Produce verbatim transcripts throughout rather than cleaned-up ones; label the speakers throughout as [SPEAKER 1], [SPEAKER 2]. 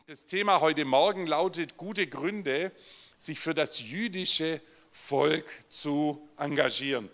[SPEAKER 1] Das Thema heute Morgen lautet gute Gründe, sich für das jüdische Volk zu engagieren.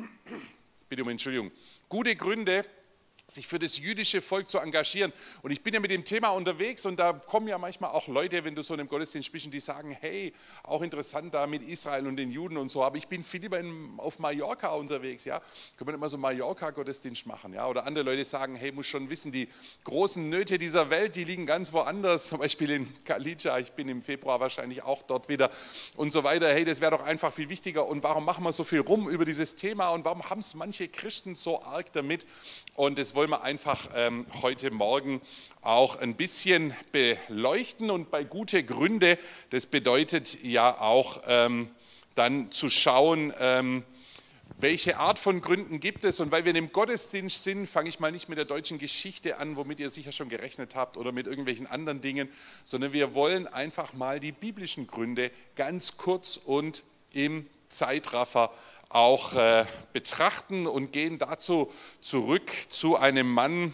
[SPEAKER 1] Bitte um Entschuldigung. Gute Gründe, sich für das jüdische Volk zu engagieren. Und ich bin ja mit dem Thema unterwegs und da kommen ja manchmal auch Leute, wenn du so in einem Gottesdienst bist, die sagen, hey, auch interessant da mit Israel und den Juden und so, aber ich bin viel lieber in, auf Mallorca unterwegs, ja. Können wir nicht mal so Mallorca-Gottesdienst machen, ja. Oder andere Leute sagen, hey, muss schon wissen, die großen Nöte dieser Welt, die liegen ganz woanders, zum Beispiel in Galicia, ich bin im Februar wahrscheinlich auch dort wieder und so weiter. Hey, das wäre doch einfach viel wichtiger und warum machen wir so viel rum über dieses Thema und warum haben es manche Christen so arg damit? Und das wollen wir einfach ähm, heute Morgen auch ein bisschen beleuchten. Und bei gute Gründe, das bedeutet ja auch ähm, dann zu schauen, ähm, welche Art von Gründen gibt es. Und weil wir in dem Gottesdienst sind, fange ich mal nicht mit der deutschen Geschichte an, womit ihr sicher schon gerechnet habt oder mit irgendwelchen anderen Dingen, sondern wir wollen einfach mal die biblischen Gründe ganz kurz und im Zeitraffer auch äh, betrachten und gehen dazu zurück zu einem Mann,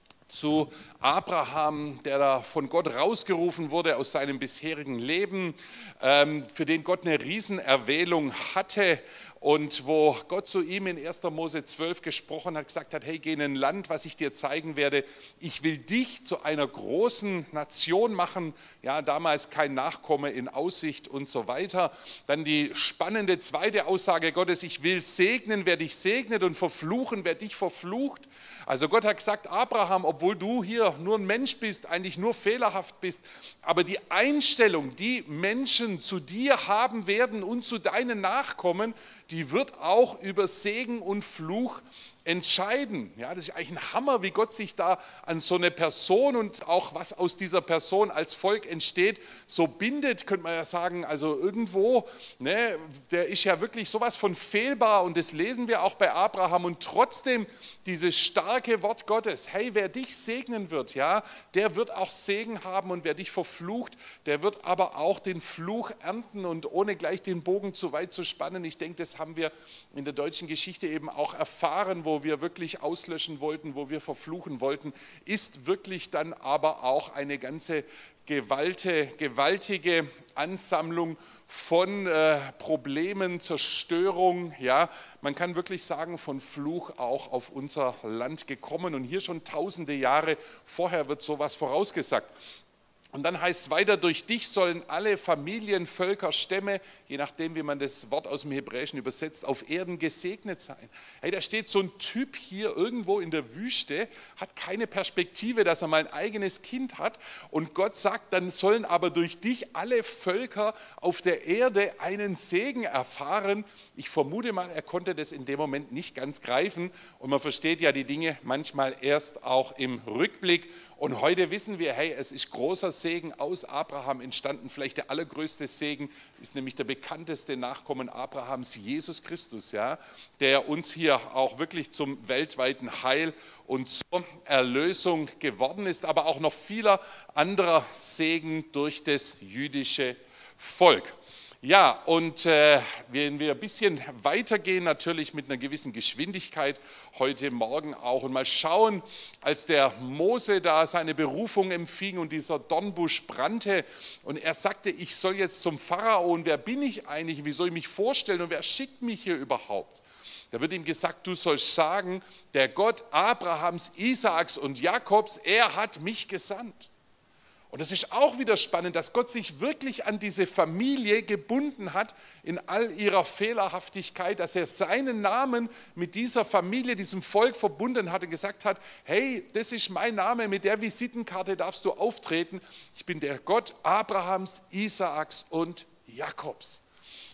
[SPEAKER 1] zu Abraham, der da von Gott rausgerufen wurde aus seinem bisherigen Leben, ähm, für den Gott eine Riesenerwählung hatte und wo Gott zu ihm in erster Mose zwölf gesprochen hat, gesagt hat, hey, geh in ein Land, was ich dir zeigen werde, ich will dich zu einer großen Nation machen, ja, damals kein Nachkomme in Aussicht und so weiter. Dann die spannende zweite Aussage Gottes, ich will segnen, wer dich segnet und verfluchen, wer dich verflucht. Also Gott hat gesagt, Abraham, obwohl du hier nur ein Mensch bist, eigentlich nur fehlerhaft bist, aber die Einstellung, die Menschen zu dir haben werden und zu deinen Nachkommen, die wird auch über Segen und Fluch entscheiden. Ja, das ist eigentlich ein Hammer, wie Gott sich da an so eine Person und auch was aus dieser Person als Volk entsteht, so bindet, könnte man ja sagen, also irgendwo, ne, der ist ja wirklich sowas von fehlbar und das lesen wir auch bei Abraham und trotzdem dieses starke Wort Gottes, hey, wer dich segnen wird, ja, der wird auch Segen haben und wer dich verflucht, der wird aber auch den Fluch ernten und ohne gleich den Bogen zu weit zu spannen, ich denke, das haben wir in der deutschen Geschichte eben auch erfahren, wo wo wir wirklich auslöschen wollten, wo wir verfluchen wollten, ist wirklich dann aber auch eine ganze Gewalte, gewaltige Ansammlung von äh, Problemen, Zerstörung. Ja, man kann wirklich sagen, von Fluch auch auf unser Land gekommen und hier schon tausende Jahre vorher wird sowas vorausgesagt. Und dann heißt es weiter, durch dich sollen alle Familien, Völker, Stämme, je nachdem, wie man das Wort aus dem Hebräischen übersetzt, auf Erden gesegnet sein. Hey, da steht so ein Typ hier irgendwo in der Wüste, hat keine Perspektive, dass er mal ein eigenes Kind hat. Und Gott sagt, dann sollen aber durch dich alle Völker auf der Erde einen Segen erfahren. Ich vermute mal, er konnte das in dem Moment nicht ganz greifen. Und man versteht ja die Dinge manchmal erst auch im Rückblick. Und heute wissen wir, hey, es ist großer Segen aus Abraham entstanden. Vielleicht der allergrößte Segen ist nämlich der bekannteste Nachkommen Abrahams, Jesus Christus, ja, der uns hier auch wirklich zum weltweiten Heil und zur Erlösung geworden ist, aber auch noch vieler anderer Segen durch das jüdische Volk. Ja, und äh, wenn wir ein bisschen weitergehen, natürlich mit einer gewissen Geschwindigkeit heute Morgen auch und mal schauen, als der Mose da seine Berufung empfing und dieser Dornbusch brannte und er sagte, ich soll jetzt zum Pharao und wer bin ich eigentlich, wie soll ich mich vorstellen und wer schickt mich hier überhaupt? Da wird ihm gesagt, du sollst sagen, der Gott Abrahams, Isaaks und Jakobs, er hat mich gesandt. Und das ist auch wieder spannend, dass Gott sich wirklich an diese Familie gebunden hat in all ihrer Fehlerhaftigkeit, dass er seinen Namen mit dieser Familie, diesem Volk verbunden hat und gesagt hat, hey, das ist mein Name, mit der Visitenkarte darfst du auftreten. Ich bin der Gott Abrahams, Isaaks und Jakobs.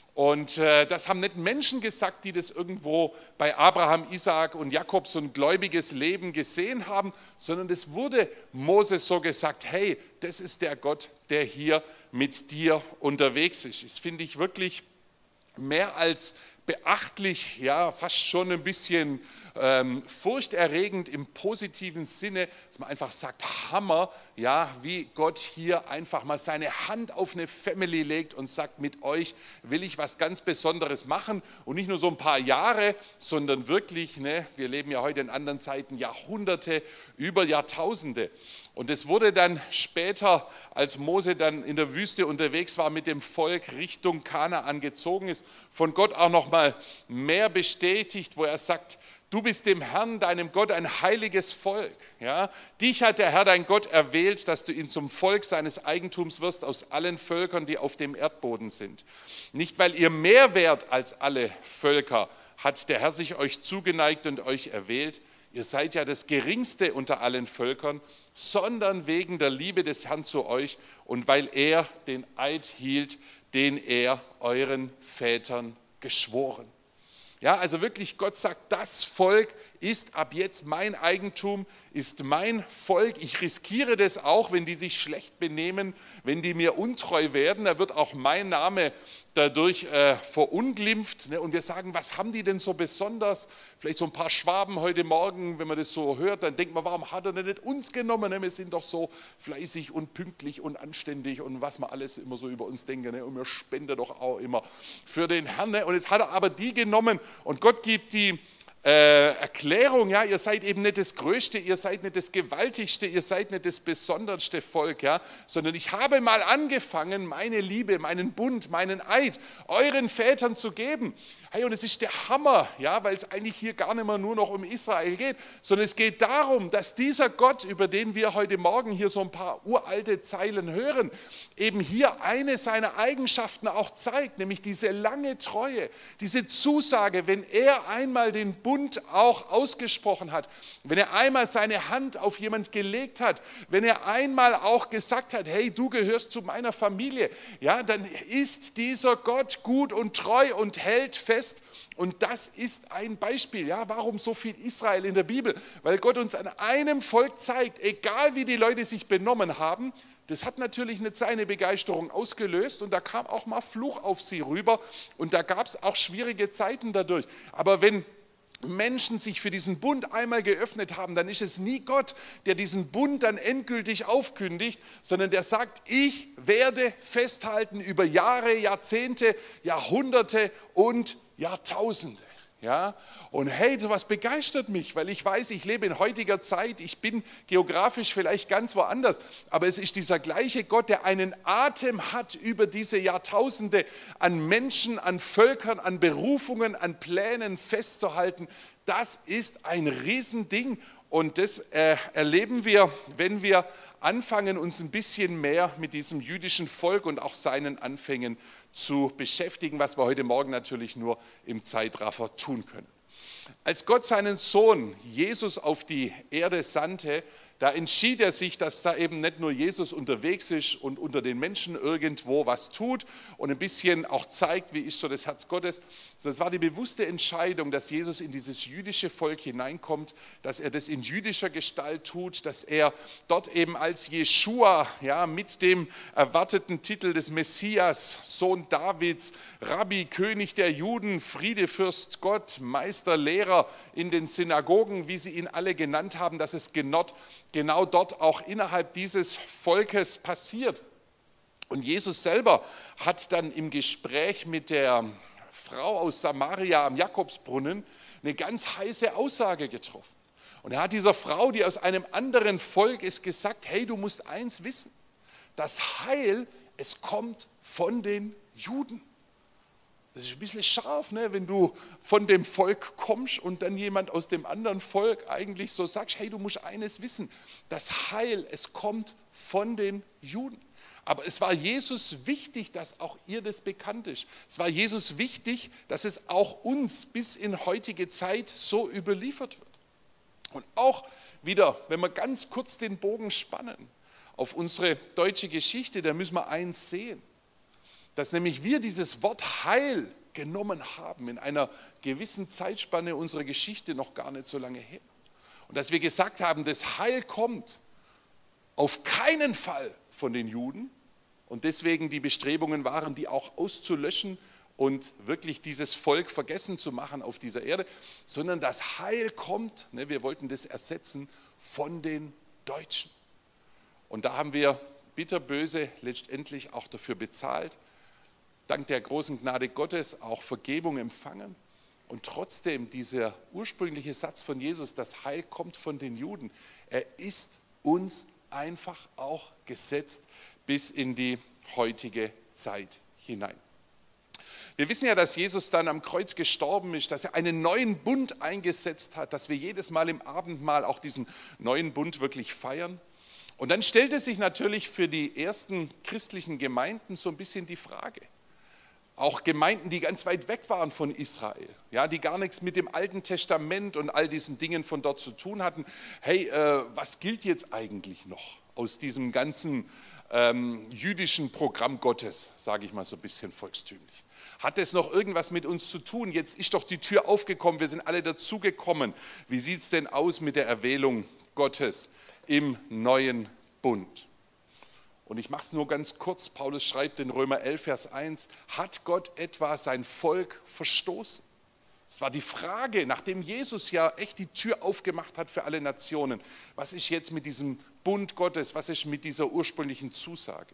[SPEAKER 1] Und äh, das haben nicht Menschen gesagt, die das irgendwo bei Abraham, Isaak und Jakob so ein gläubiges Leben gesehen haben, sondern es wurde Moses so gesagt, hey, das ist der Gott, der hier mit dir unterwegs ist. Das finde ich wirklich mehr als beachtlich, ja, fast schon ein bisschen ähm, furchterregend im positiven Sinne, dass man einfach sagt, Hammer, ja, wie Gott hier einfach mal seine Hand auf eine Family legt und sagt, mit euch will ich was ganz Besonderes machen und nicht nur so ein paar Jahre, sondern wirklich, ne, wir leben ja heute in anderen Zeiten, Jahrhunderte, über Jahrtausende. Und es wurde dann später, als Mose dann in der Wüste unterwegs war, mit dem Volk Richtung Kanaan gezogen ist, von Gott auch noch mal mehr bestätigt, wo er sagt, du bist dem Herrn, deinem Gott, ein heiliges Volk. Ja? Dich hat der Herr, dein Gott, erwählt, dass du ihn zum Volk seines Eigentums wirst aus allen Völkern, die auf dem Erdboden sind. Nicht, weil ihr mehr wärt als alle Völker, hat der Herr sich euch zugeneigt und euch erwählt. Ihr seid ja das Geringste unter allen Völkern, sondern wegen der Liebe des Herrn zu euch und weil er den Eid hielt, den er euren Vätern geschworen. Ja, also wirklich, Gott sagt, das Volk ist ab jetzt mein Eigentum, ist mein Volk. Ich riskiere das auch, wenn die sich schlecht benehmen, wenn die mir untreu werden. Da wird auch mein Name dadurch äh, verunglimpft. Ne? Und wir sagen, was haben die denn so besonders? Vielleicht so ein paar Schwaben heute Morgen, wenn man das so hört, dann denkt man, warum hat er denn nicht uns genommen? Ne? Wir sind doch so fleißig und pünktlich und anständig und was man alles immer so über uns denken. Ne? Und wir spenden doch auch immer für den Herrn. Ne? Und jetzt hat er aber die genommen und Gott gibt die Äh, Erklärung, ja, ihr seid eben nicht das Größte, ihr seid nicht das Gewaltigste, ihr seid nicht das besonderste Volk, ja, sondern ich habe mal angefangen, meine Liebe, meinen Bund, meinen Eid euren Vätern zu geben. Hey, und es ist der Hammer, ja, weil es eigentlich hier gar nicht mehr nur noch um Israel geht, sondern es geht darum, dass dieser Gott, über den wir heute Morgen hier so ein paar uralte Zeilen hören, eben hier eine seiner Eigenschaften auch zeigt, nämlich diese lange Treue, diese Zusage, wenn er einmal den Bund auch ausgesprochen hat, wenn er einmal seine Hand auf jemand gelegt hat, wenn er einmal auch gesagt hat, hey, du gehörst zu meiner Familie, ja, dann ist dieser Gott gut und treu und hält fest. Und das ist ein Beispiel. Ja, warum so viel Israel in der Bibel? Weil Gott uns an einem Volk zeigt, egal wie die Leute sich benommen haben, das hat natürlich nicht seine Begeisterung ausgelöst und da kam auch mal Fluch auf sie rüber und da gab es auch schwierige Zeiten dadurch. Aber wenn Menschen sich für diesen Bund einmal geöffnet haben, dann ist es nie Gott, der diesen Bund dann endgültig aufkündigt, sondern der sagt, ich werde festhalten über Jahre, Jahrzehnte, Jahrhunderte und Jahrtausende. Ja? Und hey, sowas begeistert mich, weil ich weiß, ich lebe in heutiger Zeit, ich bin geografisch vielleicht ganz woanders, aber es ist dieser gleiche Gott, der einen Atem hat über diese Jahrtausende an Menschen, an Völkern, an Berufungen, an Plänen festzuhalten. Das ist ein Riesending und das äh, erleben wir, wenn wir anfangen, uns ein bisschen mehr mit diesem jüdischen Volk und auch seinen Anfängen zu beschäftigen, was wir heute Morgen natürlich nur im Zeitraffer tun können. Als Gott seinen Sohn Jesus auf die Erde sandte, da entschied er sich, dass da eben nicht nur Jesus unterwegs ist und unter den Menschen irgendwo was tut und ein bisschen auch zeigt, wie ist so das Herz Gottes, sondern es war die bewusste Entscheidung, dass Jesus in dieses jüdische Volk hineinkommt, dass er das in jüdischer Gestalt tut, dass er dort eben als Jeschua, ja, mit dem erwarteten Titel des Messias, Sohn Davids, Rabbi, König der Juden, Friedefürst Gott, Meister, Lehrer in den Synagogen, wie sie ihn alle genannt haben, dass es genott genau dort auch innerhalb dieses Volkes passiert. Und Jesus selber hat dann im Gespräch mit der Frau aus Samaria am Jakobsbrunnen eine ganz heiße Aussage getroffen. Und er hat dieser Frau, die aus einem anderen Volk ist, gesagt, hey, du musst eins wissen, das Heil, es kommt von den Juden. Das ist ein bisschen scharf, ne? Wenn du von dem Volk kommst und dann jemand aus dem anderen Volk eigentlich so sagst, hey, du musst eines wissen, das Heil, es kommt von den Juden. Aber es war Jesus wichtig, dass auch ihr das bekannt ist. Es war Jesus wichtig, dass es auch uns bis in heutige Zeit so überliefert wird. Und auch wieder, wenn wir ganz kurz den Bogen spannen auf unsere deutsche Geschichte, da müssen wir eins sehen. Dass nämlich wir dieses Wort Heil genommen haben in einer gewissen Zeitspanne unserer Geschichte noch gar nicht so lange her. Und dass wir gesagt haben, das Heil kommt auf keinen Fall von den Juden und deswegen die Bestrebungen waren, die auch auszulöschen und wirklich dieses Volk vergessen zu machen auf dieser Erde, sondern das Heil kommt, ne, wir wollten das ersetzen, von den Deutschen. Und da haben wir bitterböse letztendlich auch dafür bezahlt, dank der großen Gnade Gottes auch Vergebung empfangen. Und trotzdem dieser ursprüngliche Satz von Jesus, das Heil kommt von den Juden, er ist uns einfach auch gesetzt bis in die heutige Zeit hinein. Wir wissen ja, dass Jesus dann am Kreuz gestorben ist, dass er einen neuen Bund eingesetzt hat, dass wir jedes Mal im Abendmahl auch diesen neuen Bund wirklich feiern. Und dann stellte sich natürlich für die ersten christlichen Gemeinden so ein bisschen die Frage, auch Gemeinden, die ganz weit weg waren von Israel, ja, die gar nichts mit dem Alten Testament und all diesen Dingen von dort zu tun hatten, hey, äh, was gilt jetzt eigentlich noch aus diesem ganzen ähm, jüdischen Programm Gottes, sage ich mal so ein bisschen volkstümlich. Hat es noch irgendwas mit uns zu tun? Jetzt ist doch die Tür aufgekommen, wir sind alle dazugekommen. Wie sieht es denn aus mit der Erwählung Gottes im neuen Bund? Und ich mache es nur ganz kurz. Paulus schreibt in Römer elf, Vers eins, hat Gott etwa sein Volk verstoßen? Das war die Frage, nachdem Jesus ja echt die Tür aufgemacht hat für alle Nationen. Was ist jetzt mit diesem Bund Gottes? Was ist mit dieser ursprünglichen Zusage?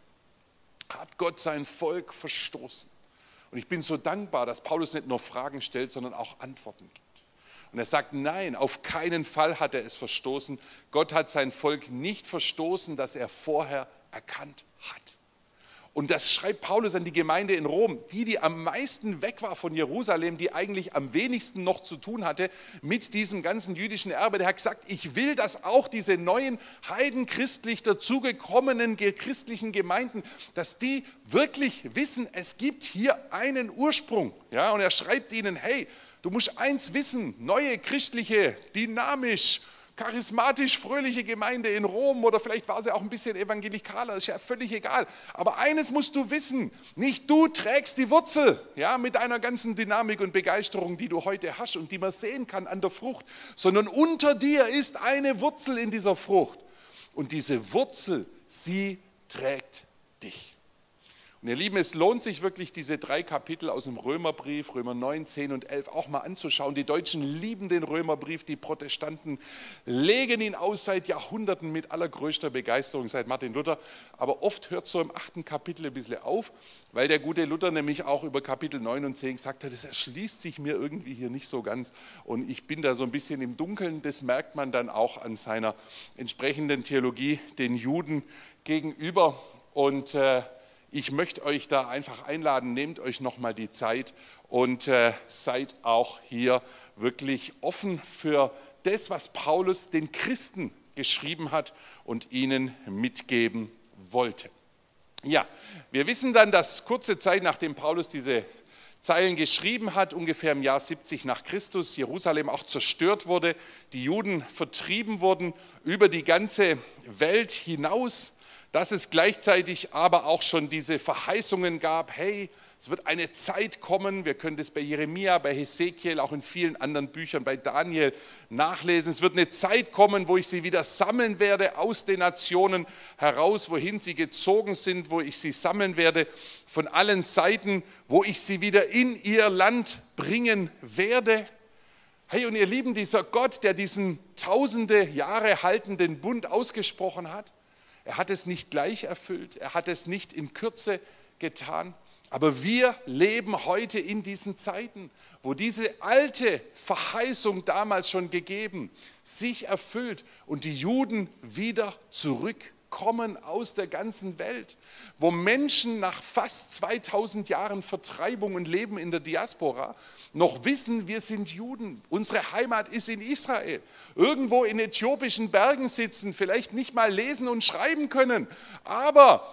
[SPEAKER 1] Hat Gott sein Volk verstoßen? Und ich bin so dankbar, dass Paulus nicht nur Fragen stellt, sondern auch Antworten gibt. Und er sagt, nein, auf keinen Fall hat er es verstoßen. Gott hat sein Volk nicht verstoßen, das er vorher erkannt hat. Und das schreibt Paulus an die Gemeinde in Rom, die, die am meisten weg war von Jerusalem, die eigentlich am wenigsten noch zu tun hatte mit diesem ganzen jüdischen Erbe. Der hat gesagt, ich will, dass auch diese neuen heidenchristlich dazugekommenen christlichen Gemeinden, dass die wirklich wissen, es gibt hier einen Ursprung. Ja, und er schreibt ihnen, hey, du musst eins wissen, neue christliche, dynamisch, charismatisch fröhliche Gemeinde in Rom oder vielleicht war sie auch ein bisschen evangelikaler, ist ja völlig egal. Aber eines musst du wissen, nicht du trägst die Wurzel, ja, mit deiner ganzen Dynamik und Begeisterung, die du heute hast und die man sehen kann an der Frucht, sondern unter dir ist eine Wurzel in dieser Frucht. Und diese Wurzel, sie trägt dich. Und ihr Lieben, es lohnt sich wirklich, diese drei Kapitel aus dem Römerbrief, Römer neun, zehn und elf, auch mal anzuschauen. Die Deutschen lieben den Römerbrief, die Protestanten legen ihn aus seit Jahrhunderten mit allergrößter Begeisterung, seit Martin Luther. Aber oft hört so im achten Kapitel ein bisschen auf, weil der gute Luther nämlich auch über Kapitel neun und zehn gesagt hat, das erschließt sich mir irgendwie hier nicht so ganz. Und ich bin da so ein bisschen im Dunkeln, das merkt man dann auch an seiner entsprechenden Theologie den Juden gegenüber. Und äh, ich möchte euch da einfach einladen, nehmt euch nochmal die Zeit und äh, seid auch hier wirklich offen für das, was Paulus den Christen geschrieben hat und ihnen mitgeben wollte. Ja, wir wissen dann, dass kurze Zeit nachdem Paulus diese Zeilen geschrieben hat, ungefähr im Jahr siebzig nach Christus, Jerusalem auch zerstört wurde, die Juden vertrieben wurden über die ganze Welt hinaus, dass es gleichzeitig aber auch schon diese Verheißungen gab, hey, es wird eine Zeit kommen, wir können das bei Jeremia, bei Hesekiel, auch in vielen anderen Büchern, bei Daniel nachlesen, es wird eine Zeit kommen, wo ich sie wieder sammeln werde aus den Nationen heraus, wohin sie gezogen sind, wo ich sie sammeln werde von allen Seiten, wo ich sie wieder in ihr Land bringen werde. Hey, und ihr Lieben, dieser Gott, der diesen tausende Jahre haltenden Bund ausgesprochen hat, er hat es nicht gleich erfüllt, er hat es nicht in Kürze getan, aber wir leben heute in diesen Zeiten, wo diese alte Verheißung damals schon gegeben, sich erfüllt und die Juden wieder zurückkommen aus der ganzen Welt, wo Menschen nach fast zweitausend Jahren Vertreibung und Leben in der Diaspora noch wissen, wir sind Juden, unsere Heimat ist in Israel, irgendwo in äthiopischen Bergen sitzen, vielleicht nicht mal lesen und schreiben können, aber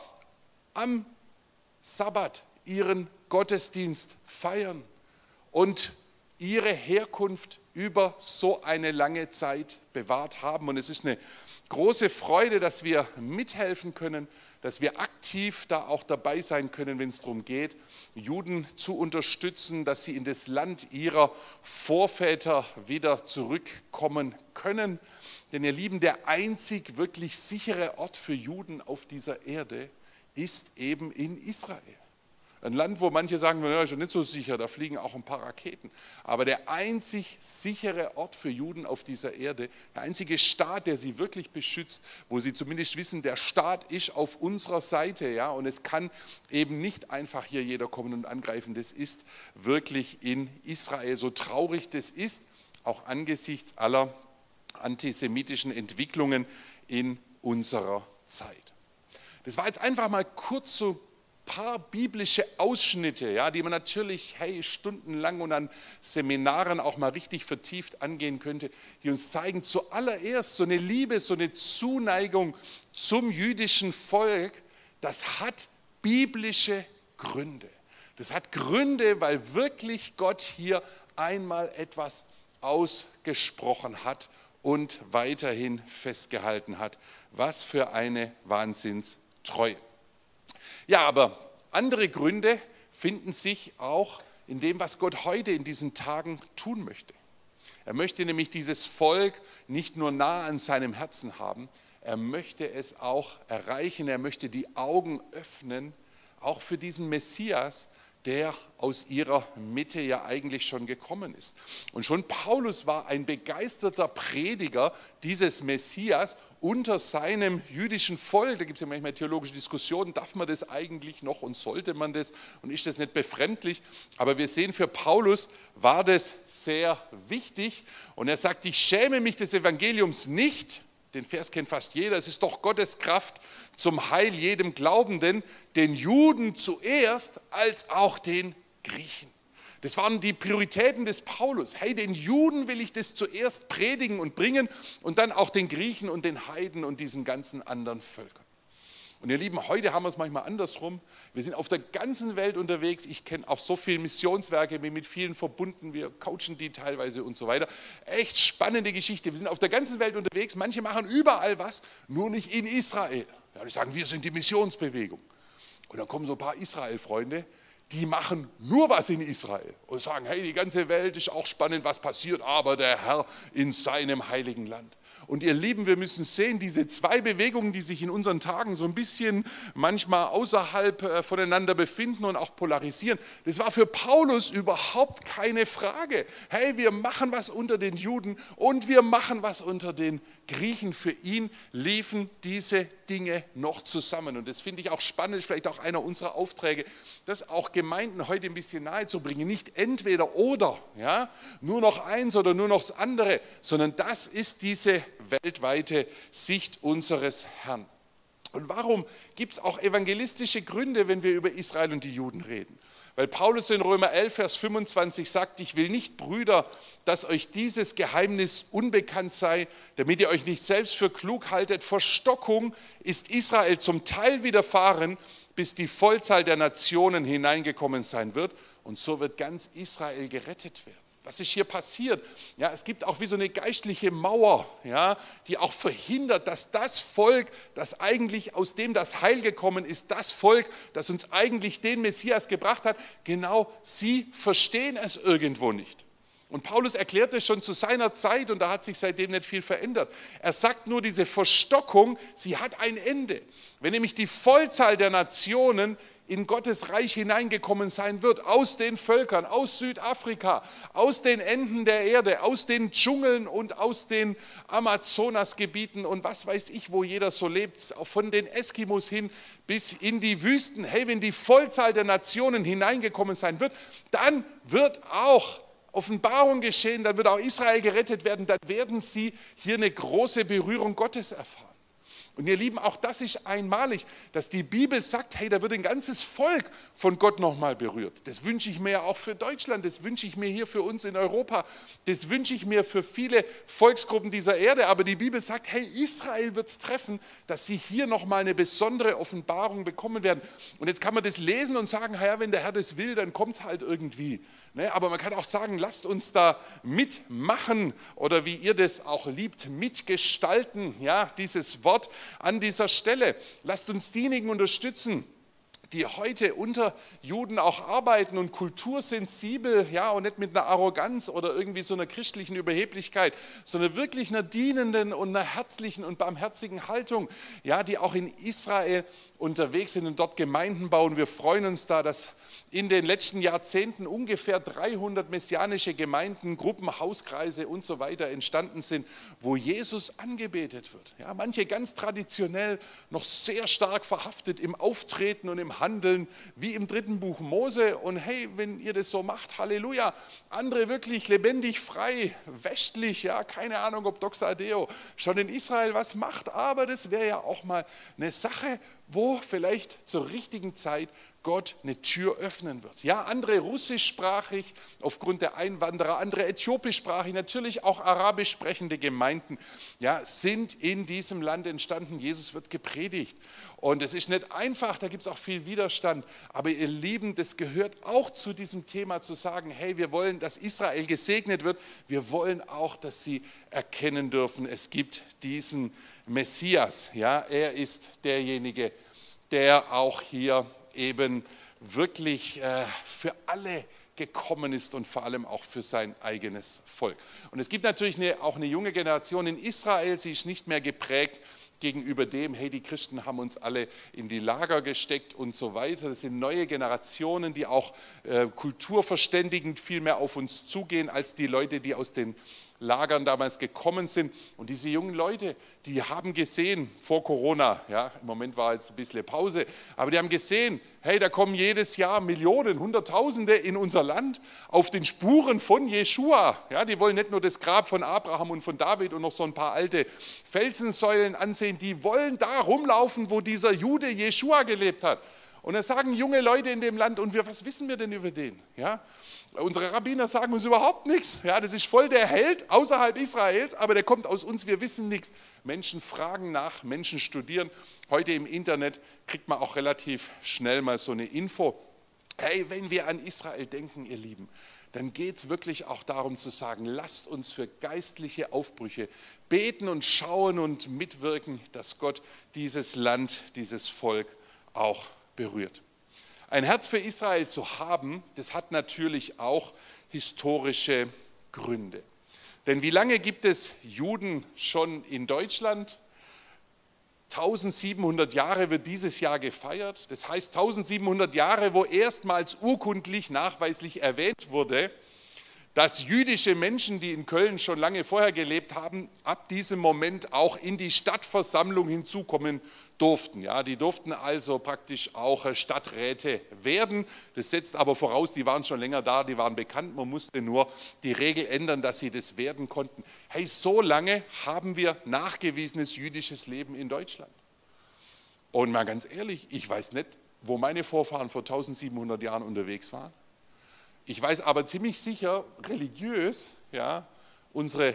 [SPEAKER 1] am Sabbat ihren Gottesdienst feiern und ihre Herkunft über so eine lange Zeit bewahrt haben. Und es ist eine große Freude, dass wir mithelfen können, dass wir aktiv da auch dabei sein können, wenn es darum geht, Juden zu unterstützen, dass sie in das Land ihrer Vorväter wieder zurückkommen können. Denn ihr Lieben, der einzig wirklich sichere Ort für Juden auf dieser Erde ist eben in Israel. Ein Land, wo manche sagen, ja, ist ja nicht so sicher, da fliegen auch ein paar Raketen. Aber der einzig sichere Ort für Juden auf dieser Erde, der einzige Staat, der sie wirklich beschützt, wo sie zumindest wissen, der Staat ist auf unserer Seite, ja, und es kann eben nicht einfach hier jeder kommen und angreifen. Das ist wirklich in Israel. So traurig das ist, auch angesichts aller antisemitischen Entwicklungen in unserer Zeit. Das war jetzt einfach mal kurz so ein paar biblische Ausschnitte, ja, die man natürlich hey, stundenlang und an Seminaren auch mal richtig vertieft angehen könnte, die uns zeigen, zuallererst so eine Liebe, so eine Zuneigung zum jüdischen Volk, das hat biblische Gründe. Das hat Gründe, weil wirklich Gott hier einmal etwas ausgesprochen hat und weiterhin festgehalten hat. Was für eine Wahnsinnstreue. Ja, aber andere Gründe finden sich auch in dem, was Gott heute in diesen Tagen tun möchte. Er möchte nämlich dieses Volk nicht nur nah an seinem Herzen haben, er möchte es auch erreichen, er möchte die Augen öffnen, auch für diesen Messias, der aus ihrer Mitte ja eigentlich schon gekommen ist. Und schon Paulus war ein begeisterter Prediger dieses Messias unter seinem jüdischen Volk. Da gibt es ja manchmal theologische Diskussionen, darf man das eigentlich noch und sollte man das und ist das nicht befremdlich? Aber wir sehen, für Paulus war das sehr wichtig und er sagt, ich schäme mich des Evangeliums nicht. Den Vers kennt fast jeder. Es ist doch Gottes Kraft zum Heil jedem Glaubenden, den Juden zuerst als auch den Griechen. Das waren die Prioritäten des Paulus. Hey, den Juden will ich das zuerst predigen und bringen und dann auch den Griechen und den Heiden und diesen ganzen anderen Völkern. Und ihr Lieben, heute haben wir es manchmal andersrum. Wir sind auf der ganzen Welt unterwegs. Ich kenne auch so viele Missionswerke, bin mit vielen verbunden. Wir coachen die teilweise und so weiter. Echt spannende Geschichte. Wir sind auf der ganzen Welt unterwegs. Manche machen überall was, nur nicht in Israel. Ja, die sagen, wir sind die Missionsbewegung. Und dann kommen so ein paar Israel-Freunde, die machen nur was in Israel und sagen, hey, die ganze Welt ist auch spannend, was passiert, aber der Herr in seinem heiligen Land. Und ihr Lieben, wir müssen sehen, diese zwei Bewegungen, die sich in unseren Tagen so ein bisschen manchmal außerhalb voneinander befinden und auch polarisieren, das war für Paulus überhaupt keine Frage. Hey, wir machen was unter den Juden und wir machen was unter den Griechen. Für ihn liefen diese Dinge noch zusammen. Und das finde ich auch spannend, vielleicht auch einer unserer Aufträge, das auch Gemeinden heute ein bisschen nahe zu bringen. Nicht entweder oder, ja, nur noch eins oder nur noch das andere, sondern das ist diese weltweite Sicht unseres Herrn. Und warum gibt es auch evangelistische Gründe, wenn wir über Israel und die Juden reden? Weil Paulus in Römer elf, Vers fünfundzwanzig sagt, ich will nicht, Brüder, dass euch dieses Geheimnis unbekannt sei, damit ihr euch nicht selbst für klug haltet. Verstockung ist Israel zum Teil widerfahren, bis die Vollzahl der Nationen hineingekommen sein wird. Und so wird ganz Israel gerettet werden. Was ist hier passiert? Ja, es gibt auch wie so eine geistliche Mauer, ja, die auch verhindert, dass das Volk, das eigentlich aus dem das Heil gekommen ist, das Volk, das uns eigentlich den Messias gebracht hat, genau sie verstehen es irgendwo nicht. Und Paulus erklärt es schon zu seiner Zeit und da hat sich seitdem nicht viel verändert. Er sagt nur, diese Verstockung, sie hat ein Ende. Wenn nämlich die Vollzahl der Nationen in Gottes Reich hineingekommen sein wird, aus den Völkern, aus Südafrika, aus den Enden der Erde, aus den Dschungeln und aus den Amazonasgebieten und was weiß ich, wo jeder so lebt, auch von den Eskimos hin bis in die Wüsten. Hey, wenn die Vollzahl der Nationen hineingekommen sein wird, dann wird auch Offenbarung geschehen, dann wird auch Israel gerettet werden, dann werden sie hier eine große Berührung Gottes erfahren. Und ihr Lieben, auch das ist einmalig, dass die Bibel sagt, hey, da wird ein ganzes Volk von Gott nochmal berührt. Das wünsche ich mir ja auch für Deutschland, das wünsche ich mir hier für uns in Europa, das wünsche ich mir für viele Volksgruppen dieser Erde. Aber die Bibel sagt, hey, Israel wird es treffen, dass sie hier nochmal eine besondere Offenbarung bekommen werden. Und jetzt kann man das lesen und sagen, ja, wenn der Herr das will, dann kommt es halt irgendwie. Ne? Aber man kann auch sagen, lasst uns da mitmachen oder wie ihr das auch liebt, mitgestalten, ja, dieses Wort an dieser Stelle. Lasst uns diejenigen unterstützen, die heute unter Juden auch arbeiten und kultursensibel, ja, und nicht mit einer Arroganz oder irgendwie so einer christlichen Überheblichkeit, sondern wirklich einer dienenden und einer herzlichen und barmherzigen Haltung, ja, die auch in Israel unterwegs sind und dort Gemeinden bauen. Wir freuen uns da, dass in den letzten Jahrzehnten ungefähr dreihundert messianische Gemeinden, Gruppen, Hauskreise und so weiter entstanden sind, wo Jesus angebetet wird. Ja, manche ganz traditionell noch sehr stark verhaftet im Auftreten und im handeln wie im dritten Buch Mose und hey, wenn ihr das so macht, Halleluja, andere wirklich lebendig, frei, westlich, ja, keine Ahnung, ob Doxadeo schon in Israel was macht, aber das wäre ja auch mal eine Sache, wo vielleicht zur richtigen Zeit Gott eine Tür öffnen wird. Ja, andere russischsprachig aufgrund der Einwanderer, andere äthiopischsprachig, natürlich auch arabisch sprechende Gemeinden, ja, sind in diesem Land entstanden. Jesus wird gepredigt. Und es ist nicht einfach, da gibt es auch viel Widerstand. Aber ihr Lieben, das gehört auch zu diesem Thema zu sagen, hey, wir wollen, dass Israel gesegnet wird. Wir wollen auch, dass sie erkennen dürfen, es gibt diesen Messias. Ja, er ist derjenige, der auch hier eben wirklich äh, für alle gekommen ist und vor allem auch für sein eigenes Volk. Und es gibt natürlich eine, auch eine junge Generation in Israel, sie ist nicht mehr geprägt gegenüber dem, hey, die Christen haben uns alle in die Lager gesteckt und so weiter. Das sind neue Generationen, die auch äh, kulturverständigend viel mehr auf uns zugehen als die Leute, die aus den Lagern damals gekommen sind. Und diese jungen Leute, die haben gesehen vor Corona, ja, im Moment war jetzt ein bisschen Pause, aber die haben gesehen, hey, da kommen jedes Jahr Millionen, Hunderttausende in unser Land auf den Spuren von Jeschua. Ja, die wollen nicht nur das Grab von Abraham und von David und noch so ein paar alte Felsensäulen ansehen, die wollen da rumlaufen, wo dieser Jude Jeschua gelebt hat. Und da sagen junge Leute in dem Land, und wir, was wissen wir denn über den? Ja? Unsere Rabbiner sagen uns überhaupt nichts. Ja, das ist voll der Held außerhalb Israels, aber der kommt aus uns, wir wissen nichts. Menschen fragen nach, Menschen studieren. Heute im Internet kriegt man auch relativ schnell mal so eine Info. Hey, wenn wir an Israel denken, ihr Lieben, dann geht es wirklich auch darum zu sagen, lasst uns für geistliche Aufbrüche beten und schauen und mitwirken, dass Gott dieses Land, dieses Volk auch berührt. Ein Herz für Israel zu haben, das hat natürlich auch historische Gründe. Denn wie lange gibt es Juden schon in Deutschland? eintausendsiebenhundert Jahre wird dieses Jahr gefeiert. Das heißt eintausendsiebenhundert Jahre, wo erstmals urkundlich nachweislich erwähnt wurde, dass jüdische Menschen, die in Köln schon lange vorher gelebt haben, ab diesem Moment auch in die Stadtversammlung hinzukommen durften. Ja, die durften also praktisch auch Stadträte werden. Das setzt aber voraus, die waren schon länger da, die waren bekannt, man musste nur die Regel ändern, dass sie das werden konnten. Hey, so lange haben wir nachgewiesenes jüdisches Leben in Deutschland. Und mal ganz ehrlich, ich weiß nicht, wo meine Vorfahren vor eintausendsiebenhundert Jahren unterwegs waren. Ich weiß aber ziemlich sicher, religiös, ja, unsere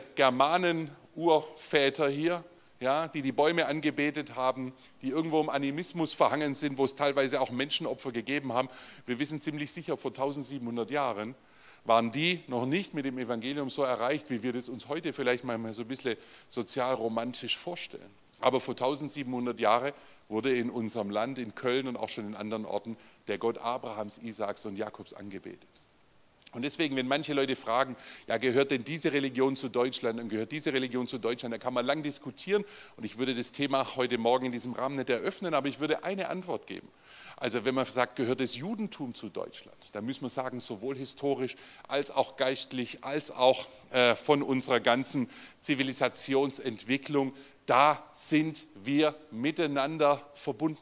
[SPEAKER 1] Germanen-Urväter hier, ja, die die Bäume angebetet haben, die irgendwo im Animismus verhangen sind, wo es teilweise auch Menschenopfer gegeben haben. Wir wissen ziemlich sicher, vor eintausendsiebenhundert Jahren waren die noch nicht mit dem Evangelium so erreicht, wie wir das uns heute vielleicht mal so ein bisschen sozial-romantisch vorstellen. Aber vor eintausendsiebenhundert Jahren wurde in unserem Land, in Köln und auch schon in anderen Orten, der Gott Abrahams, Isaaks und Jakobs angebetet. Und deswegen, wenn manche Leute fragen, ja, gehört denn diese Religion zu Deutschland und gehört diese Religion zu Deutschland, da kann man lang diskutieren und ich würde das Thema heute Morgen in diesem Rahmen nicht eröffnen, aber ich würde eine Antwort geben. Also wenn man sagt, gehört das Judentum zu Deutschland, dann muss man sagen, sowohl historisch als auch geistlich, als auch äh, von unserer ganzen Zivilisationsentwicklung, da sind wir miteinander verbunden.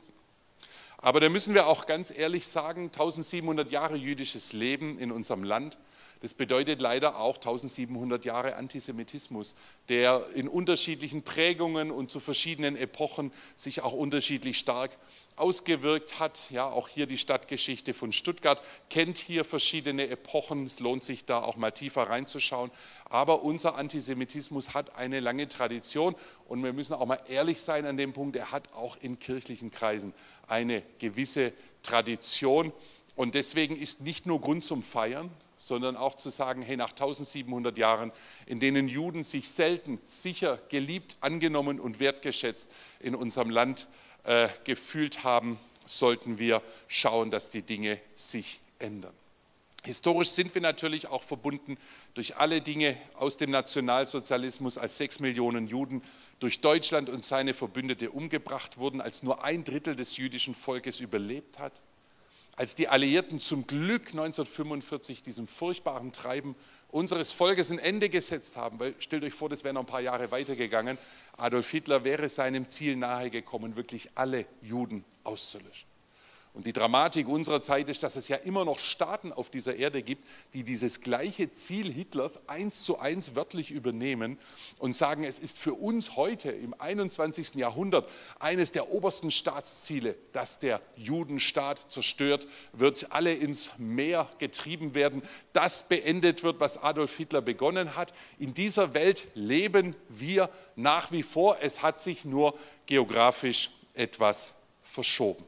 [SPEAKER 1] Aber da müssen wir auch ganz ehrlich sagen, eintausendsiebenhundert Jahre jüdisches Leben in unserem Land, das bedeutet leider auch eintausendsiebenhundert Jahre Antisemitismus, der in unterschiedlichen Prägungen und zu verschiedenen Epochen sich auch unterschiedlich stark ausgewirkt hat. Ja, auch hier die Stadtgeschichte von Stuttgart kennt hier verschiedene Epochen. Es lohnt sich da auch mal tiefer reinzuschauen. Aber unser Antisemitismus hat eine lange Tradition und wir müssen auch mal ehrlich sein an dem Punkt, er hat auch in kirchlichen Kreisen eine gewisse Tradition. Und deswegen ist nicht nur Grund zum Feiern, sondern auch zu sagen, hey, nach eintausendsiebenhundert Jahren, in denen Juden sich selten, sicher, geliebt, angenommen und wertgeschätzt in unserem Land äh, gefühlt haben, sollten wir schauen, dass die Dinge sich ändern. Historisch sind wir natürlich auch verbunden durch alle Dinge aus dem Nationalsozialismus, als sechs Millionen Juden durch Deutschland und seine Verbündete umgebracht wurden, als nur ein Drittel des jüdischen Volkes überlebt hat. Als die Alliierten zum Glück neunzehnhundertfünfundvierzig diesem furchtbaren Treiben unseres Volkes ein Ende gesetzt haben, weil stellt euch vor, das wäre noch ein paar Jahre weitergegangen, Adolf Hitler wäre seinem Ziel nahegekommen, wirklich alle Juden auszulöschen. Und die Dramatik unserer Zeit ist, dass es ja immer noch Staaten auf dieser Erde gibt, die dieses gleiche Ziel Hitlers eins zu eins wörtlich übernehmen und sagen, es ist für uns heute im einundzwanzigsten Jahrhundert eines der obersten Staatsziele, dass der Judenstaat zerstört wird, alle ins Meer getrieben werden, das beendet wird, was Adolf Hitler begonnen hat. In dieser Welt leben wir nach wie vor. Es hat sich nur geografisch etwas verschoben.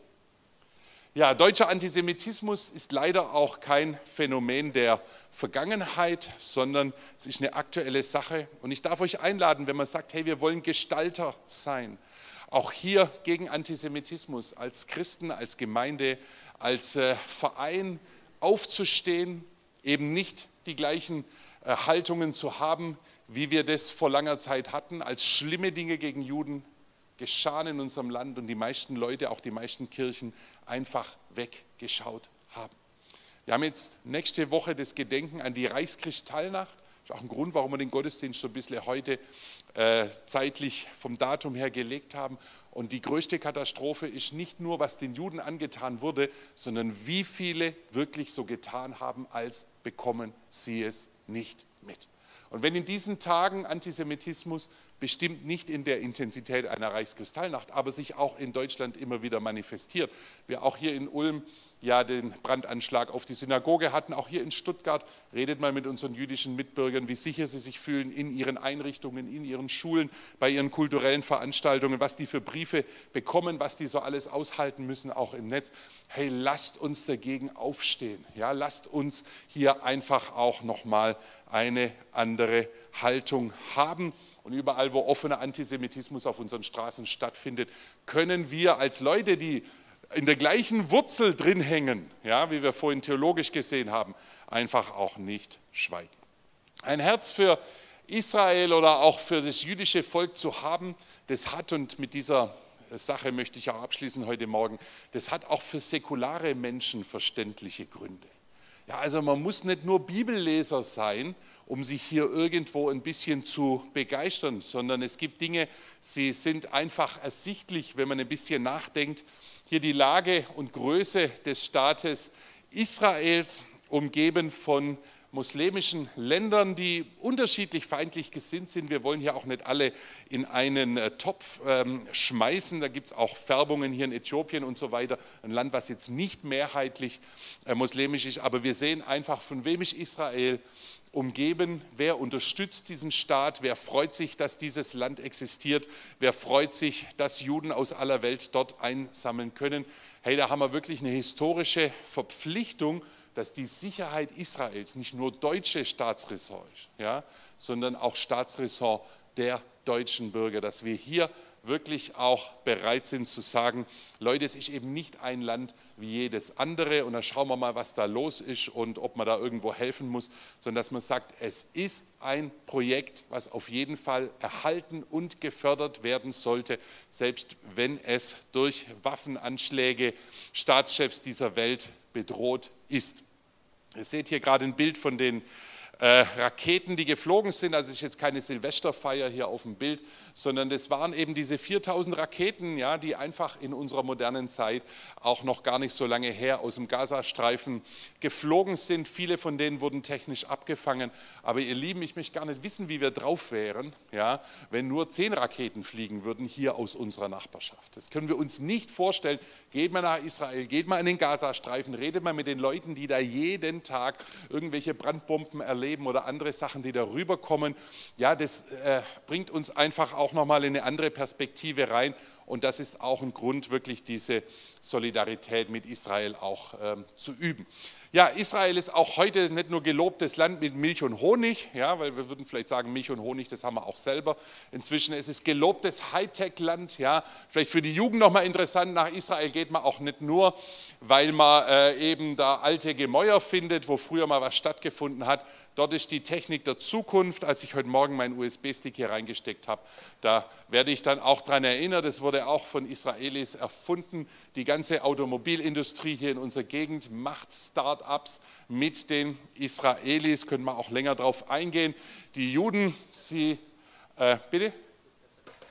[SPEAKER 1] Ja, deutscher Antisemitismus ist leider auch kein Phänomen der Vergangenheit, sondern es ist eine aktuelle Sache. Und ich darf euch einladen, wenn man sagt, hey, wir wollen Gestalter sein, auch hier gegen Antisemitismus als Christen, als Gemeinde, als äh, Verein aufzustehen, eben nicht die gleichen äh, Haltungen zu haben, wie wir das vor langer Zeit hatten, als schlimme Dinge gegen Juden geschahen in unserem Land und die meisten Leute, auch die meisten Kirchen, einfach weggeschaut haben. Wir haben jetzt nächste Woche das Gedenken an die Reichskristallnacht. Das ist auch ein Grund, warum wir den Gottesdienst so ein bisschen heute äh, zeitlich vom Datum her gelegt haben. Und die größte Katastrophe ist nicht nur, was den Juden angetan wurde, sondern wie viele wirklich so getan haben, als bekommen sie es nicht mit. Und wenn in diesen Tagen Antisemitismus bestimmt nicht in der Intensität einer Reichskristallnacht, aber sich auch in Deutschland immer wieder manifestiert, wir auch hier in Ulm ja den Brandanschlag auf die Synagoge hatten, auch hier in Stuttgart, redet mal mit unseren jüdischen Mitbürgern, wie sicher sie sich fühlen in ihren Einrichtungen, in ihren Schulen, bei ihren kulturellen Veranstaltungen, was die für Briefe bekommen, was die so alles aushalten müssen, auch im Netz. Hey, lasst uns dagegen aufstehen, ja, lasst uns hier einfach auch nochmal eine andere Haltung haben. Und überall, wo offener Antisemitismus auf unseren Straßen stattfindet, können wir als Leute, die in der gleichen Wurzel drin hängen, ja, wie wir vorhin theologisch gesehen haben, einfach auch nicht schweigen. Ein Herz für Israel oder auch für das jüdische Volk zu haben, das hat, und mit dieser Sache möchte ich auch abschließen heute Morgen, das hat auch für säkulare Menschen verständliche Gründe. Ja, also man muss nicht nur Bibelleser sein, um sich hier irgendwo ein bisschen zu begeistern, sondern es gibt Dinge, sie sind einfach ersichtlich, wenn man ein bisschen nachdenkt. Hier die Lage und Größe des Staates Israels, umgeben von muslimischen Ländern, die unterschiedlich feindlich gesinnt sind. Wir wollen hier auch nicht alle in einen äh, Topf ähm, schmeißen. Da gibt es auch Färbungen hier in Äthiopien und so weiter. Ein Land, was jetzt nicht mehrheitlich äh, muslimisch ist. Aber wir sehen einfach, von wem ist Israel umgeben, wer unterstützt diesen Staat, wer freut sich, dass dieses Land existiert, wer freut sich, dass Juden aus aller Welt dort einsammeln können. Hey, da haben wir wirklich eine historische Verpflichtung, dass die Sicherheit Israels nicht nur deutsche Staatsressort ist, ja, sondern auch Staatsressort der deutschen Bürger, dass wir hier wirklich auch bereit sind zu sagen, Leute, es ist eben nicht ein Land wie jedes andere und dann schauen wir mal, was da los ist und ob man da irgendwo helfen muss, sondern dass man sagt, es ist ein Projekt, was auf jeden Fall erhalten und gefördert werden sollte, selbst wenn es durch Waffenanschläge Staatschefs dieser Welt bedroht ist. Ihr seht hier gerade ein Bild von den äh, Raketen, die geflogen sind. Also es ist jetzt keine Silvesterfeier hier auf dem Bild, sondern das waren eben diese viertausend Raketen, ja, die einfach in unserer modernen Zeit auch noch gar nicht so lange her aus dem Gazastreifen geflogen sind. Viele von denen wurden technisch abgefangen. Aber ihr Lieben, ich möchte gar nicht wissen, wie wir drauf wären, ja, wenn nur zehn Raketen fliegen würden hier aus unserer Nachbarschaft. Das können wir uns nicht vorstellen. Geht mal nach Israel, geht mal in den Gazastreifen, redet mal mit den Leuten, die da jeden Tag irgendwelche Brandbomben erleben oder andere Sachen, die da rüberkommen. Ja, das äh, bringt uns einfach auch nochmal in eine andere Perspektive rein. Und das ist auch ein Grund, wirklich diese Solidarität mit Israel auch ähm, zu üben. Ja, Israel ist auch heute nicht nur gelobtes Land mit Milch und Honig, ja, weil wir würden vielleicht sagen, Milch und Honig, das haben wir auch selber. Inzwischen ist es gelobtes Hightech-Land, ja, vielleicht für die Jugend nochmal interessant, nach Israel geht man auch nicht nur, weil man äh, eben da alte Gemäuer findet, wo früher mal was stattgefunden hat. Dort ist die Technik der Zukunft. Als ich heute Morgen meinen U S B-Stick hier reingesteckt habe, da werde ich dann auch daran erinnert, das wurde auch von Israelis erfunden. Die ganze Automobilindustrie hier in unserer Gegend macht Start-ups mit den Israelis, können wir auch länger drauf eingehen. Die Juden, sie, äh, bitte?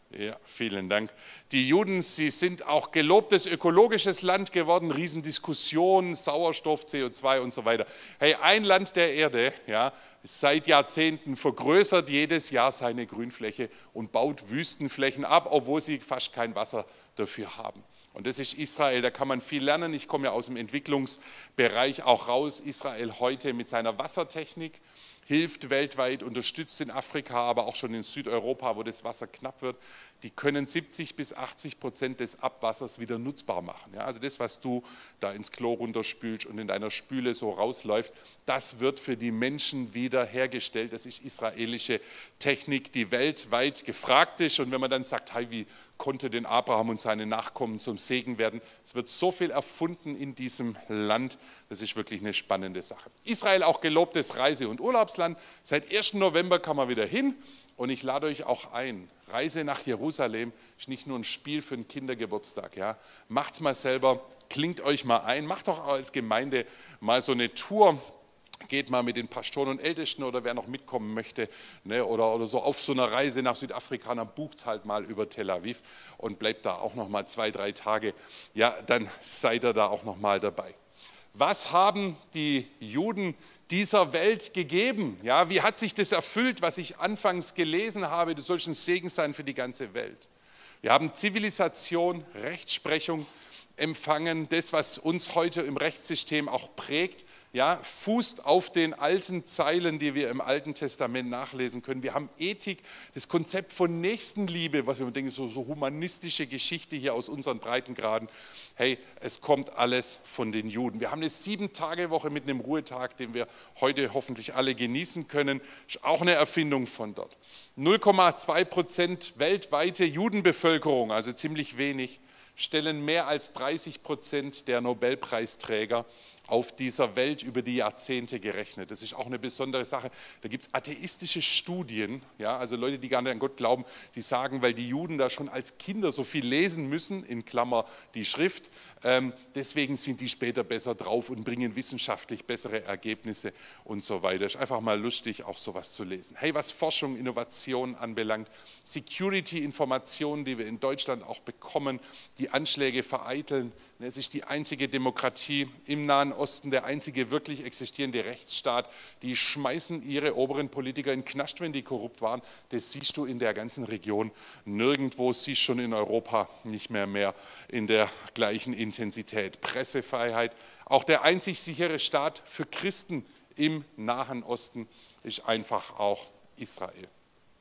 [SPEAKER 1] Ja, vielen Dank. Die Juden, sie sind auch gelobtes ökologisches Land geworden, Riesendiskussionen, Sauerstoff, C O zwei und so weiter. Hey, ein Land der Erde, ja, seit Jahrzehnten vergrößert jedes Jahr seine Grünfläche und baut Wüstenflächen ab, obwohl sie fast kein Wasser dafür haben. Und das ist Israel, da kann man viel lernen. Ich komme ja aus dem Entwicklungsbereich auch raus. Israel heute mit seiner Wassertechnik hilft weltweit, unterstützt in Afrika, aber auch schon in Südeuropa, wo das Wasser knapp wird. Die können siebzig bis achtzig Prozent des Abwassers wieder nutzbar machen. Ja, also das, was du da ins Klo runterspülst und in deiner Spüle so rausläuft, das wird für die Menschen wieder hergestellt. Das ist israelische Technik, die weltweit gefragt ist. Und wenn man dann sagt, hey, wie konnte denn Abraham und seine Nachkommen zum Segen werden? Es wird so viel erfunden in diesem Land, das ist wirklich eine spannende Sache. Israel auch gelobtes Reise- und Urlaubsland. Seit ersten November kann man wieder hin und ich lade euch auch ein. Reise nach Jerusalem ist nicht nur ein Spiel für einen Kindergeburtstag. Ja. Macht's mal selber, klingt euch mal ein, macht doch als Gemeinde mal so eine Tour. Geht mal mit den Pastoren und Ältesten oder wer noch mitkommen möchte, ne, oder, oder so auf so einer Reise nach Südafrika, dann bucht halt mal über Tel Aviv und bleibt da auch noch mal zwei, drei Tage. Ja, dann seid ihr da auch noch mal dabei. Was haben die Juden dieser Welt gegeben? Ja, wie hat sich das erfüllt, was ich anfangs gelesen habe? Das soll ein Segen sein für die ganze Welt. Wir haben Zivilisation, Rechtsprechung empfangen, das, was uns heute im Rechtssystem auch prägt, ja, fußt auf den alten Zeilen, die wir im Alten Testament nachlesen können. Wir haben Ethik, das Konzept von Nächstenliebe, was wir denken, so, so humanistische Geschichte hier aus unseren Breitengraden. Hey, es kommt alles von den Juden. Wir haben eine Sieben-Tage-Woche mit einem Ruhetag, den wir heute hoffentlich alle genießen können. Ist auch eine Erfindung von dort. null Komma zwei Prozent weltweite Judenbevölkerung, also ziemlich wenig, stellen mehr als dreißig Prozent der Nobelpreisträger auf dieser Welt über die Jahrzehnte gerechnet. Das ist auch eine besondere Sache. Da gibt es atheistische Studien, ja, also Leute, die gar nicht an Gott glauben, die sagen, weil die Juden da schon als Kinder so viel lesen müssen, in Klammer die Schrift, ähm, deswegen sind die später besser drauf und bringen wissenschaftlich bessere Ergebnisse und so weiter. Ist einfach mal lustig, auch sowas zu lesen. Hey, was Forschung, Innovation anbelangt, Security-Informationen, die wir in Deutschland auch bekommen, die Anschläge vereiteln. Es ist die einzige Demokratie im Nahen Osten, der einzige wirklich existierende Rechtsstaat. Die schmeißen ihre oberen Politiker in den Knast, wenn die korrupt waren. Das siehst du in der ganzen Region nirgendwo, siehst schon in Europa nicht mehr mehr in der gleichen Intensität. Pressefreiheit, auch der einzig sichere Staat für Christen im Nahen Osten ist einfach auch Israel.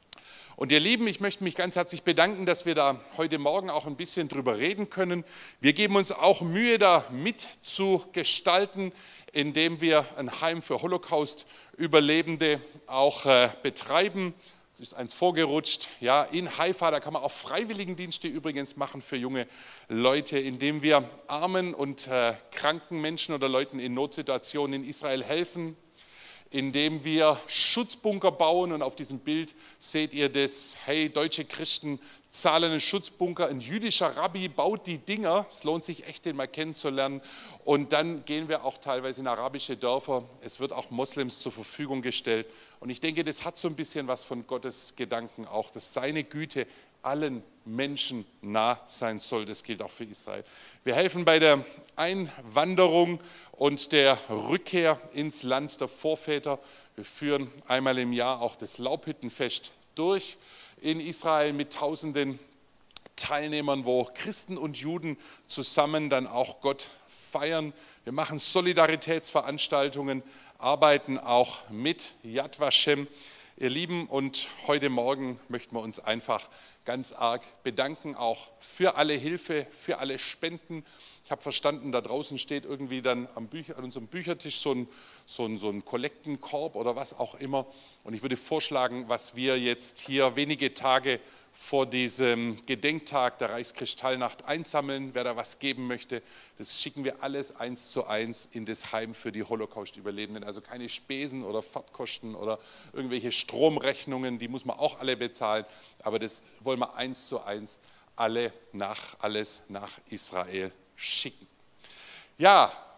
[SPEAKER 1] Und ihr Lieben, ich möchte mich ganz herzlich bedanken, dass wir da heute Morgen auch ein bisschen drüber reden können. Wir geben uns auch Mühe, da mitzugestalten, indem wir ein Heim für Holocaust-Überlebende auch äh, betreiben. Es ist eins vorgerutscht, ja, in Haifa, da kann man auch Freiwilligendienste übrigens machen für junge Leute, indem wir armen und äh, kranken Menschen oder Leuten in Notsituationen in Israel helfen, indem wir Schutzbunker bauen und auf diesem Bild seht ihr das, hey, deutsche Christen zahlen einen Schutzbunker, ein jüdischer Rabbi baut die Dinger, es lohnt sich echt, den mal kennenzulernen und dann gehen wir auch teilweise in arabische Dörfer, es wird auch Moslems zur Verfügung gestellt und ich denke, das hat so ein bisschen was von Gottes Gedanken auch, dass seine Güte allen Menschen nah sein soll. Das gilt auch für Israel. Wir helfen bei der Einwanderung und der Rückkehr ins Land der Vorväter. Wir führen einmal im Jahr auch das Laubhüttenfest durch in Israel mit tausenden Teilnehmern, wo Christen und Juden zusammen dann auch Gott feiern. Wir machen Solidaritätsveranstaltungen, arbeiten auch mit Yad Vashem. Ihr Lieben, und heute Morgen möchten wir uns einfach ganz arg bedanken, auch für alle Hilfe, für alle Spenden. Ich habe verstanden, da draußen steht irgendwie dann am Bücher, an unserem Büchertisch so ein, so, ein, so ein Kollektenkorb oder was auch immer. Und ich würde vorschlagen, was wir jetzt hier wenige Tage vor diesem Gedenktag der Reichskristallnacht einsammeln. Wer da was geben möchte, das schicken wir alles eins zu eins in das Heim für die Holocaust-Überlebenden. Also keine Spesen oder Fahrtkosten oder irgendwelche Stromrechnungen, die muss man auch alle bezahlen. Aber das wollen wir eins zu eins alle nach, alles nach Israel schicken. Ja,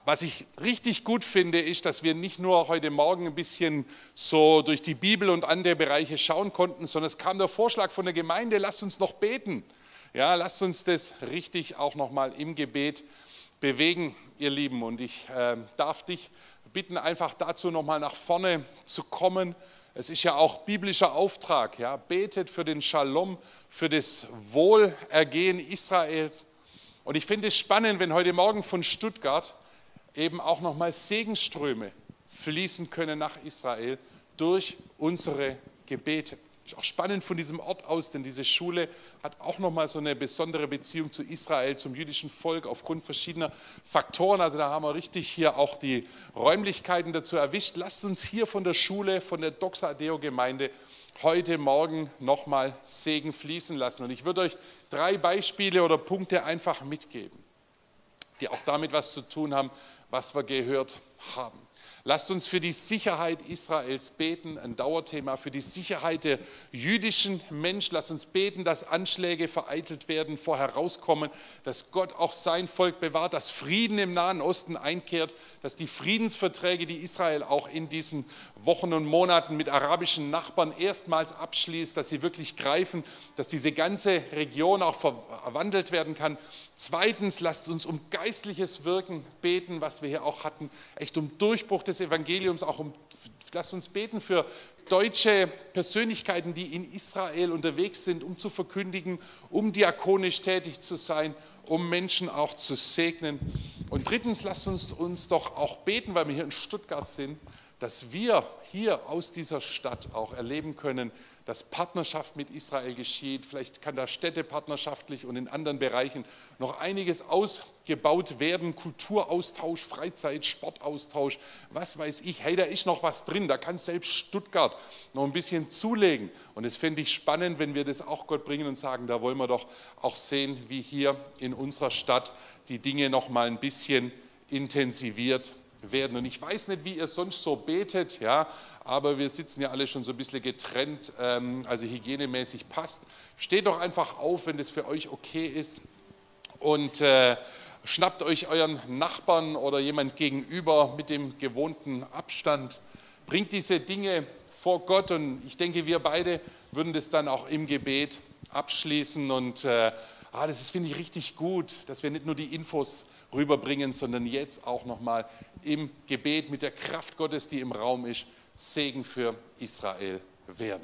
[SPEAKER 1] Was ich richtig gut finde, ist, dass wir nicht nur heute Morgen ein bisschen so durch die Bibel und andere Bereiche schauen konnten, sondern es kam der Vorschlag von der Gemeinde, lasst uns noch beten. Ja, lasst uns das richtig auch nochmal im Gebet bewegen, ihr Lieben. Und ich äh, darf dich bitten, einfach dazu nochmal nach vorne zu kommen. Es ist ja auch biblischer Auftrag. Ja, betet für den Shalom, für das Wohlergehen Israels. Und ich finde es spannend, wenn heute Morgen von Stuttgart eben auch nochmal Segensströme fließen können nach Israel durch unsere Gebete. Ist auch spannend von diesem Ort aus, denn diese Schule hat auch nochmal so eine besondere Beziehung zu Israel, zum jüdischen Volk aufgrund verschiedener Faktoren. Also da haben wir richtig hier auch die Räumlichkeiten dazu erwischt. Lasst uns hier von der Schule, von der Doxa Deo Gemeinde heute Morgen nochmal Segen fließen lassen. Und ich würde euch drei Beispiele oder Punkte einfach mitgeben, die auch damit was zu tun haben, was wir gehört haben. Lasst uns für die Sicherheit Israels beten, ein Dauerthema, für die Sicherheit der jüdischen Menschen. Lasst uns beten, dass Anschläge vereitelt werden, vorher rauskommen, dass Gott auch sein Volk bewahrt, dass Frieden im Nahen Osten einkehrt, dass die Friedensverträge, die Israel auch in diesen Wochen und Monaten mit arabischen Nachbarn erstmals abschließt, dass sie wirklich greifen, dass diese ganze Region auch verwandelt werden kann. Zweitens, lasst uns um geistliches Wirken beten, was wir hier auch hatten, echt um Durchbruch des Evangeliums, auch um, lasst uns beten für deutsche Persönlichkeiten, die in Israel unterwegs sind, um zu verkündigen, um diakonisch tätig zu sein, um Menschen auch zu segnen. Und drittens, lasst uns uns doch auch beten, weil wir hier in Stuttgart sind, dass wir hier aus dieser Stadt auch erleben können, dass Partnerschaft mit Israel geschieht. Vielleicht kann da städtepartnerschaftlich und in anderen Bereichen noch einiges ausgebaut werden. Kulturaustausch, Freizeit, Sportaustausch, was weiß ich. Hey, da ist noch was drin, da kann selbst Stuttgart noch ein bisschen zulegen. Und das fände ich spannend, wenn wir das auch Gott bringen und sagen, da wollen wir doch auch sehen, wie hier in unserer Stadt die Dinge noch mal ein bisschen intensiviert werden. Und ich weiß nicht, wie ihr sonst so betet, ja, aber wir sitzen ja alle schon so ein bisschen getrennt, ähm, also hygienemäßig passt. Steht doch einfach auf, wenn das für euch okay ist und äh, schnappt euch euren Nachbarn oder jemand gegenüber mit dem gewohnten Abstand. Bringt diese Dinge vor Gott und ich denke, wir beide würden das dann auch im Gebet abschließen und äh, ah, das ist, finde ich, richtig gut, dass wir nicht nur die Infos rüberbringen, sondern jetzt auch nochmal im Gebet mit der Kraft Gottes, die im Raum ist, Segen für Israel werden.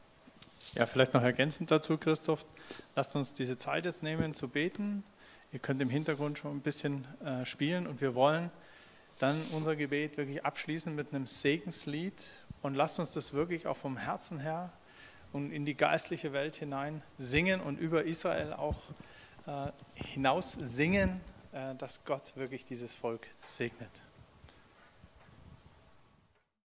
[SPEAKER 2] Ja, vielleicht noch ergänzend dazu, Christoph, lasst uns diese Zeit jetzt nehmen zu beten. Ihr könnt im Hintergrund schon ein bisschen äh, spielen und wir wollen dann unser Gebet wirklich abschließen mit einem Segenslied und lasst uns das wirklich auch vom Herzen her und in die geistliche Welt hinein singen und über Israel auch äh, hinaus singen, äh, dass Gott wirklich dieses Volk segnet.